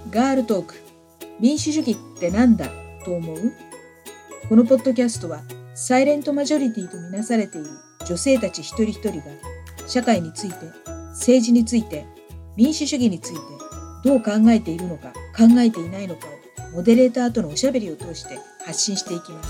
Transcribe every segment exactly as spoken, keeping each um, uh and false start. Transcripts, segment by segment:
ガールトーク、民主主義ってなんだと思う？このポッドキャストはサイレントマジョリティとみなされている女性たち一人一人が社会について、政治について、民主主義についてどう考えているのか考えていないのかをモデレーターとのおしゃべりを通して発信していきます。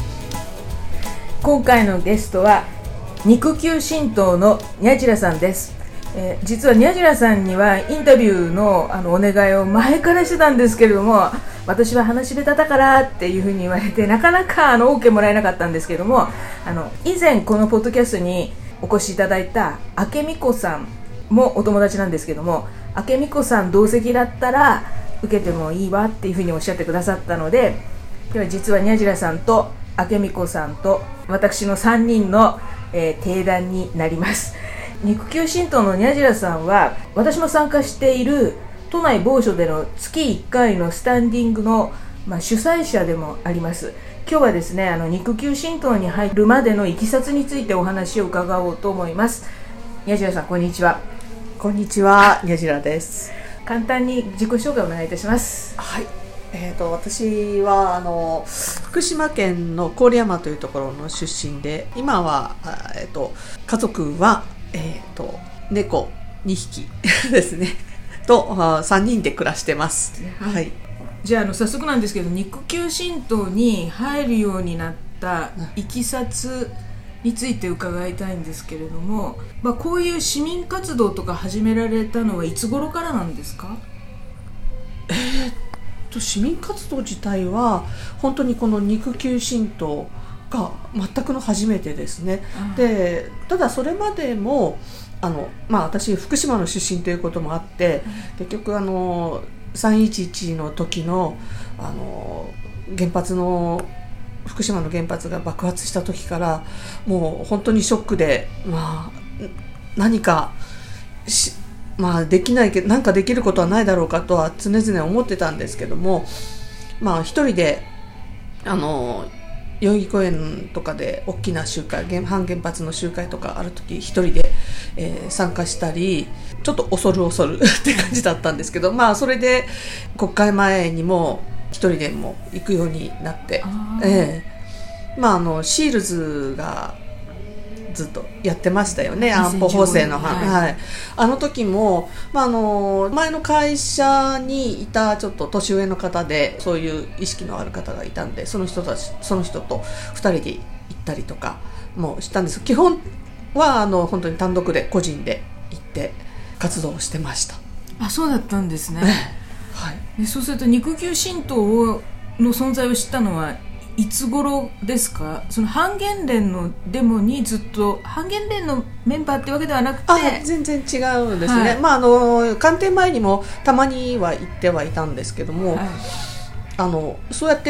今回のゲストは肉球神道のにゃじらさんです。えー、実はにゃじらさんにはインタビュー の, あのお願いを前からしてたんですけれども、私は話し下手だからっていうふうに言われてなかなかあの OK もらえなかったんですけども、あの以前このポッドキャストにお越しいただいた明美子さんもお友達なんですけども、明美子さん同席だったら受けてもいいわっていうふうにおっしゃってくださったので、今日は実はにゃじらさんと明美子さんと私のさんにんの、えー、定談になります。肉球神道のにゃじらさんは私も参加している都内某所での月いっかいのスタンディングの、まあ、主催者でもあります。今日はですね、あの肉球神道に入るまでのいきさつについてお話を伺おうと思います。にゃじらさん、こんにちは。 こんにちは、にゃじらです。 簡単に自己紹介をお願いいたします。 はい、えー、と私はあの福島県の郡山というところの出身で、今は、えー、と家族は、えー、と猫にひきですねとさんにんで暮らしてます。はい、 じゃあ、あの早速なんですけど、肉球神道に入るようになったいきさつについて伺いたいんですけれども、まあ、こういう市民活動とか始められたのはいつ頃からなんですか？ えー、っと市民活動自体は本当にこの肉球神道が全くの初めてですね。でただそれまでもあの、まあ、私福島の出身ということもあって、結局あのさんいちいちの時の、あの原発の福島の原発が爆発した時からもう本当にショックで、まあ、何かし、まあ、できないけど何かできることはないだろうかとは常々思ってたんですけども、まあ、一人であの代々木公園とかで大きな集会、反原発の集会とかあるとき一人で、えー、参加したり、ちょっと恐る恐るって感じだったんですけど、まあそれで国会前にも一人でも行くようになって、えー、まああのシールズがずっとやってましたよね、安保法制の、はいはい、あの時も、まあ、あの前の会社にいたちょっと年上の方でそういう意識のある方がいたんで、その人たちその人とふたりで行ったりとかもしたんです。基本はあの本当に単独で個人で行って活動をしてました。 あ、そうだったんですね。 はい、 でそうすると肉球神道の存在を知ったのはいつ頃ですか？その半原連のデモにずっと、半原連のメンバーってわけではなくて、 あ、全然違うんですね。はい、まあ、あの官邸前にもたまには行ってはいたんですけども、はい、あのそうやって、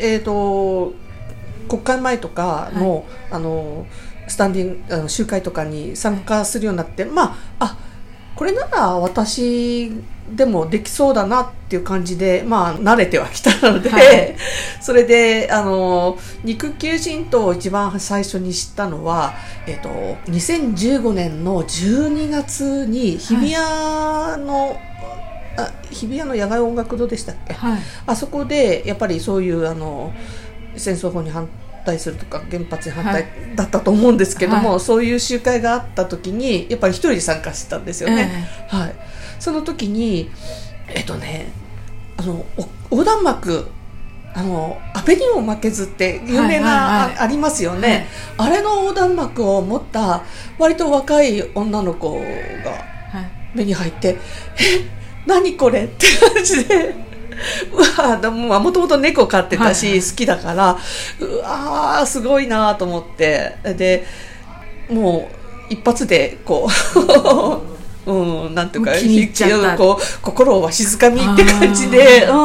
えーと、国会前とかの、はい、あのスタンディングあの集会とかに参加するようになって、はい、まあ、あ、これなら私でもできそうだなっていう感じで、まあ、慣れてはきたので、はい、それであの肉球神道を一番最初に知ったのは、えっと、にせんじゅうごねんのじゅうにがつに日比谷の、はい、あ日比谷の野外音楽堂でしたっけ、はい、あそこでやっぱりそういうあの戦争法に反対するとか原発に反対だったと思うんですけども、はい、そういう集会があった時にやっぱり一人で参加してたんですよね。えーはい、その時にえっとねあの横断幕、あの安倍にも負けずって有名な、はいはいはい、ありますよね、はい、あれの横断幕を持った割と若い女の子が目に入って、はい、え何これって感じでうわでももともと猫飼ってたし、はいはい、好きだからうわすごいなと思って、でもう一発でこううん、なんていうか気に入っちゃった、 こう心をわしづかみって感じで、うん、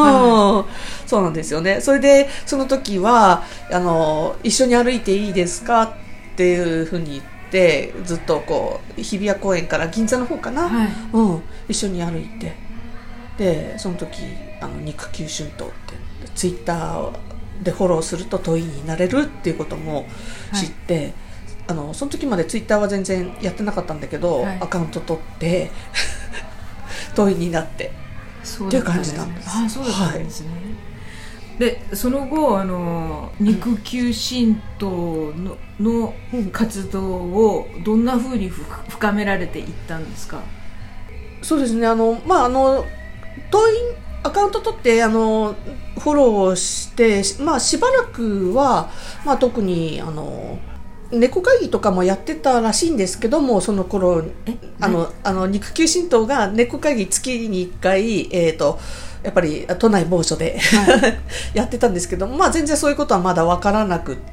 そうなんですよね。それでその時はあの一緒に歩いていいですかっていうふうに言ってずっとこう日比谷公園から銀座の方かな、はい、うん、一緒に歩いて、でその時あの肉球春闘ってツイッターでフォローすると党員になれるっていうことも知って、はい、あのその時までツイッターは全然やってなかったんだけど、はい、アカウント取って党員になって、 っていう感じなんです。 あ、そうだったんですね。はい、でその後あの肉球神道 の,、うん、の活動をどんなふうに深められていったんですか？ そうですね、あのまああの当院アカウント取ってあのフォローして、まあ、しばらくは、まあ、特にあの猫会議とかもやってたらしいんですけども、その頃あのあの肉球神道が猫会議月にいっかい、えーとやっぱり都内某所で、はい、やってたんですけど、まあ、全然そういうことはまだ分からなくって、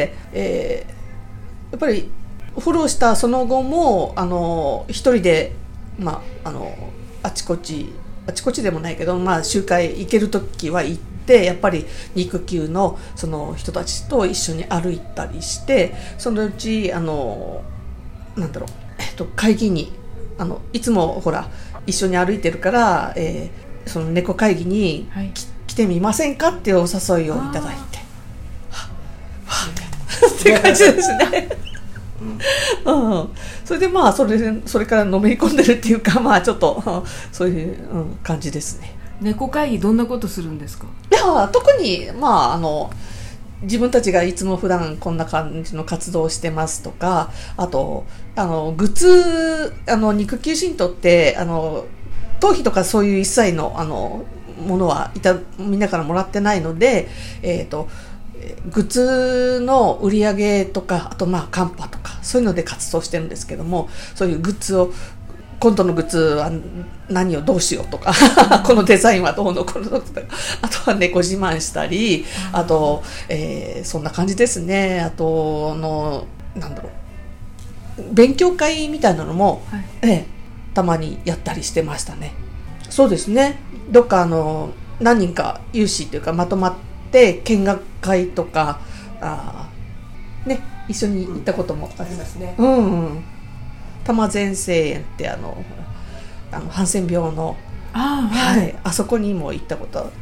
えー、やっぱりフォローしたその後もあの一人で、まあ、あのあちこちあちこちでもないけど、まあ、集会行けるときは行って、やっぱり肉球のその人たちと一緒に歩いたりして、そのうちあのなんだろう、えっと、会議にあのいつもほら一緒に歩いてるから、えー、その猫会議に、はい、来てみませんかっていうお誘いをいただいて、はっって感じですね。うん、それでまあそれでそれからのめり込んでるっていうか、まあちょっとそういう、うん、感じですね。 猫会議どんなことするんですか？ いや特にまああの自分たちがいつも普段こんな感じの活動をしてますとか、あとあのグッズ、あの肉球神道ってあの頭皮とかそういう一切のあのものはいたみんなからもらってないので、えーとグッズの売り上げとか、あとまあカンパとかそういうので活動してるんですけども、そういうグッズを今度のグッズは何をどうしようとかこのデザインはどうのこのとか、あとは猫自慢したり、あと、えー、そんな感じですね。あとのなんだろう、勉強会みたいなのも、はい、ええ、たまにやったりしてましたね。そうですね、どっかあの何人か有志というかまとまってで見学会とかあ、ね、一緒に行ったこともありますね。うんうん、多摩前生園ってあのあのハンセン病の あ,、はいはい、あそこにも行ったことあって、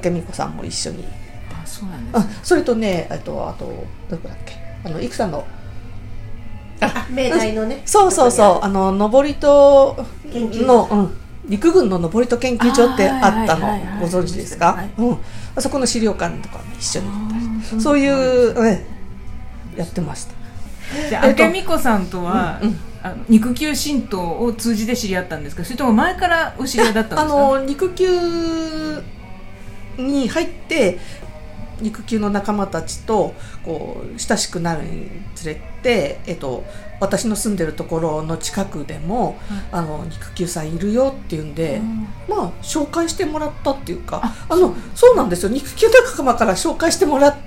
明美子さんも一緒に。 あ、そうなんですね。 あ、それとね、あとあとどこだっけ、あの生さんのあ明大のね、 そうそうそう、あの登戸の、うん、陸軍の登戸研究所ってあったのご存知ですか？うん、あそこの資料館とか、ね、一緒に行ったり、そう、そういう、ね、やってました。 じゃあ明美子さんとは、うんうん、あの肉球神道を通じて知り合ったんですか？それとも前からお知り合いだったんですか？ あの肉球に入って肉球の仲間たちとこう親しくなるにつれて、えっと、私の住んでるところの近くでも、うん、あの肉球さんいるよっていうんで、うん、まあ紹介してもらったっていうか、ああのそうなんですよ、肉球仲間から紹介してもらって、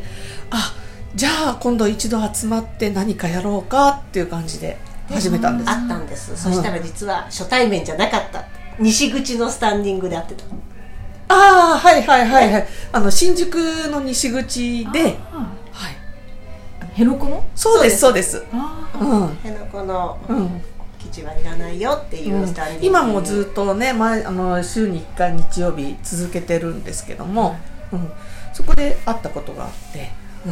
あ、じゃあ今度一度集まって何かやろうかっていう感じで始めたんです。 あったんです、うん、そしたら実は初対面じゃなかった、西口のスタンディングで会ってた。 ああ、はいはいはいはい、あの新宿の西口で、はい、 辺野古の？ そうですそうです。 辺野古の基地はいらないよっていうスタンディング、うん、今もずっとね、前あの週にいっかい日曜日続けてるんですけども、うん、そこで会ったことがあって、 うん、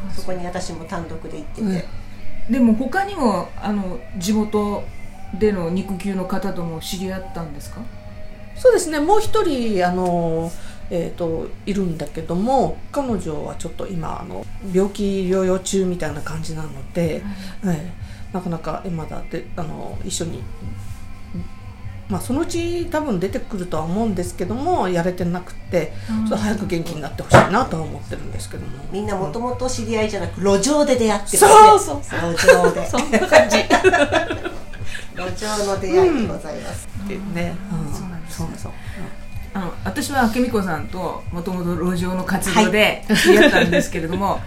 そこに私も単独で行ってて、 うん、でも他にもあの地元での肉球の方とも知り合ったんですか？ そうですね、もう一人あの、えー、といるんだけども、彼女はちょっと今あの病気療養中みたいな感じなので、はい、なかなか今だってあの一緒に、まあ、そのうち多分出てくるとは思うんですけども、やれてなくて、ちょっと早く元気になってほしいなとは思ってるんですけども、 みんなもともと知り合いじゃなく路上で出会ってる、 ね、そうそう路上でそんな感じ路上の出会いでございます、 うん、ってね、うん、そうなんですね。そうそう、 うん、あの私は明美子さんともともと路上の活動で知り合ったんですけれども、はい、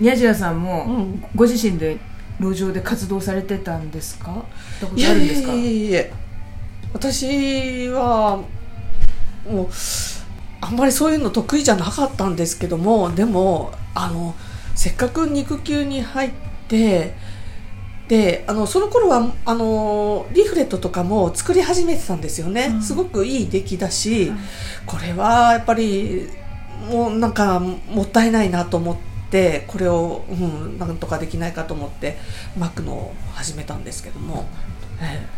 宮地さんもご自身で路上で活動されてたんですか？ったことあるんですか？ いやいやいやいや、私はもうあんまりそういうの得意じゃなかったんですけども、でもあのせっかく肉球に入ってで、あのその頃はあのリーフレットとかも作り始めてたんですよね、うん、すごくいい出来だし、うん、これはやっぱりもうなんかもったいないなと思って、これを、うん、なんとかできないかと思って巻くのを始めたんですけども、え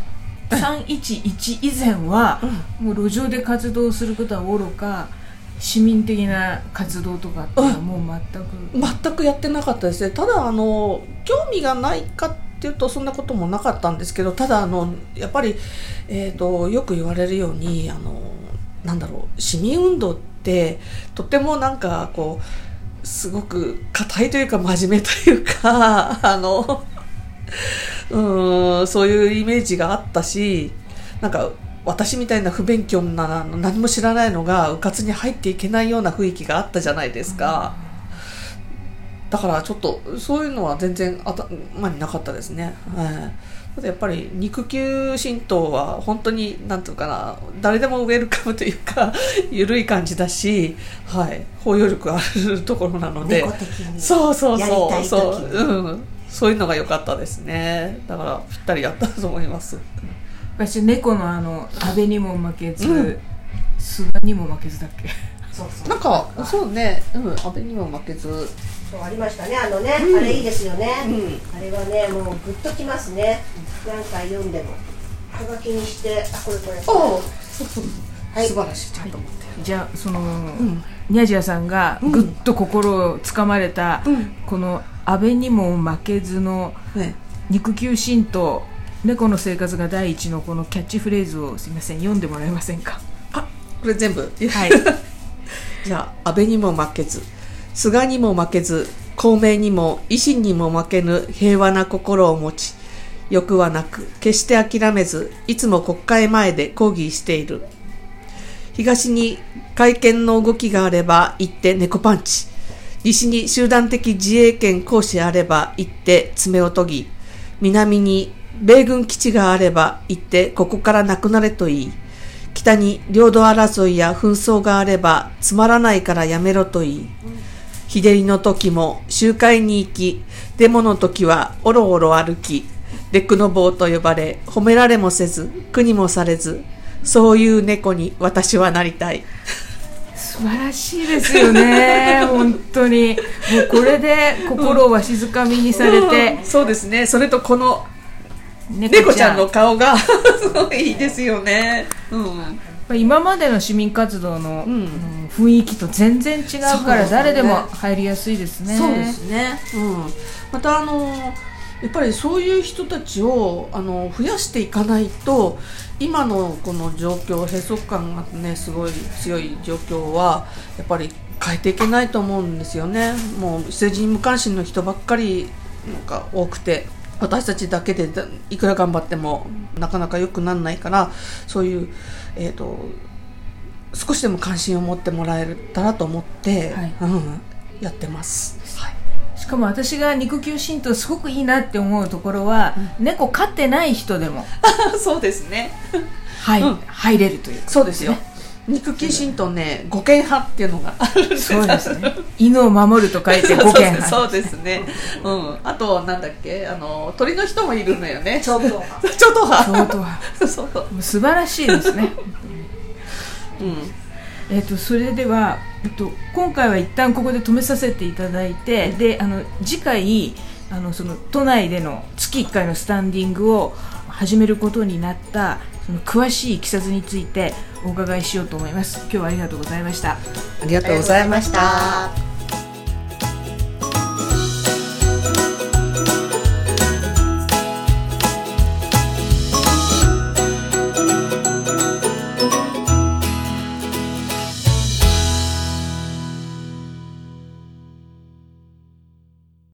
さんいちいち以前は、もう路上で活動することはおろか、市民的な活動とかっていうのはもう全く、 全くやってなかったですね。ただあの興味がないかっていうとそんなこともなかったんですけど、ただあのやっぱり、えーと、よく言われるように、あのなんだろう、市民運動ってとってもなんかこうすごく硬いというか真面目というかあのうーんそういうイメージがあったし、なんか私みたいな不勉強な何も知らないのがうかつに入っていけないような雰囲気があったじゃないですか。だからちょっとそういうのは全然頭になかったですね。はい、やっぱり肉球神道は本当になんていうかな、誰でもウェルカムというか緩い感じだし、はい、包容力あるところなので、 猫的にそうそうやりそたい時うそう、うん、そういうのが良かったですね。だからぴったりやったと思います。 私猫のあの安倍にも負けず、うん、菅にも負けずだっけ。 そうそう、 なんかそうね、うん、安倍にも負けずそうありましたね、あのね、うん、あれいいですよね、うん、あれはねもうグッときますね。何回読んでもはがきにして、あこれこれこれ、はい、素晴らしい、ちゃんと思って、 はい、じゃあその、うん、ニャジラさんがグッと心をつかまれた、うん、この安倍にも負けずの肉球神道、猫の生活が第一のこのキャッチフレーズをすみません読んでもらえませんか。 あ、これ全部、 はいじゃあ安倍にも負けず、菅にも負けず、公明にも維新にも負けぬ平和な心を持ち、欲はなく決して諦めず、いつも国会前で抗議している。東に改憲の動きがあれば行って猫パンチ、西に集団的自衛権行使あれば行って爪を研ぎ、南に米軍基地があれば行ってここからなくなれと言い、北に領土争いや紛争があればつまらないからやめろと言い、日照りの時も集会に行き、デモの時はおろおろ歩き、レックの棒と呼ばれ、褒められもせず苦にもされず、そういう猫に私はなりたい。 素晴らしいですよね本当に。もうこれで心をわしづかみにされて、 うん、そうですね。それとこの猫ちゃんの顔がすごいいいですよね、うん、 今までの市民活動の、うん、雰囲気と全然違うから誰でも入りやすいですね。 そうですね、うん、またあのやっぱりそういう人たちをあの増やしていかないと、今のこの状況、閉塞感がねすごい強い状況はやっぱり変えていけないと思うんですよね。もう政治に無関心の人ばっかりなんか多くて、私たちだけでいくら頑張ってもなかなか良くならないから、そういう、えーと、少しでも関心を持ってもらえたらと思って、はい、うん、やってます、はい、 しかも私が肉球神道すごくいいなって思うところは、うん、猫飼ってない人でもそうですね、 はい、うん、入れるという、ね、 そうですよ。肉球神道ね、護憲派っていうのがあるんです。 そうですね。犬を守ると書いて護憲派。 そうですね。うん。あとなんだっけ、あの鳥の人もいるのよね。 超党派。 超党派。 超党派。そう。素晴らしいですね。うん。えっとそれでは、えっと今回は一旦ここで止めさせていただいて、であの次回あのその都内での月いっかいのスタンディングを始めることになったその詳しいいきさつについてお伺いしようと思います。今日はありがとうございました。 ありがとうございました。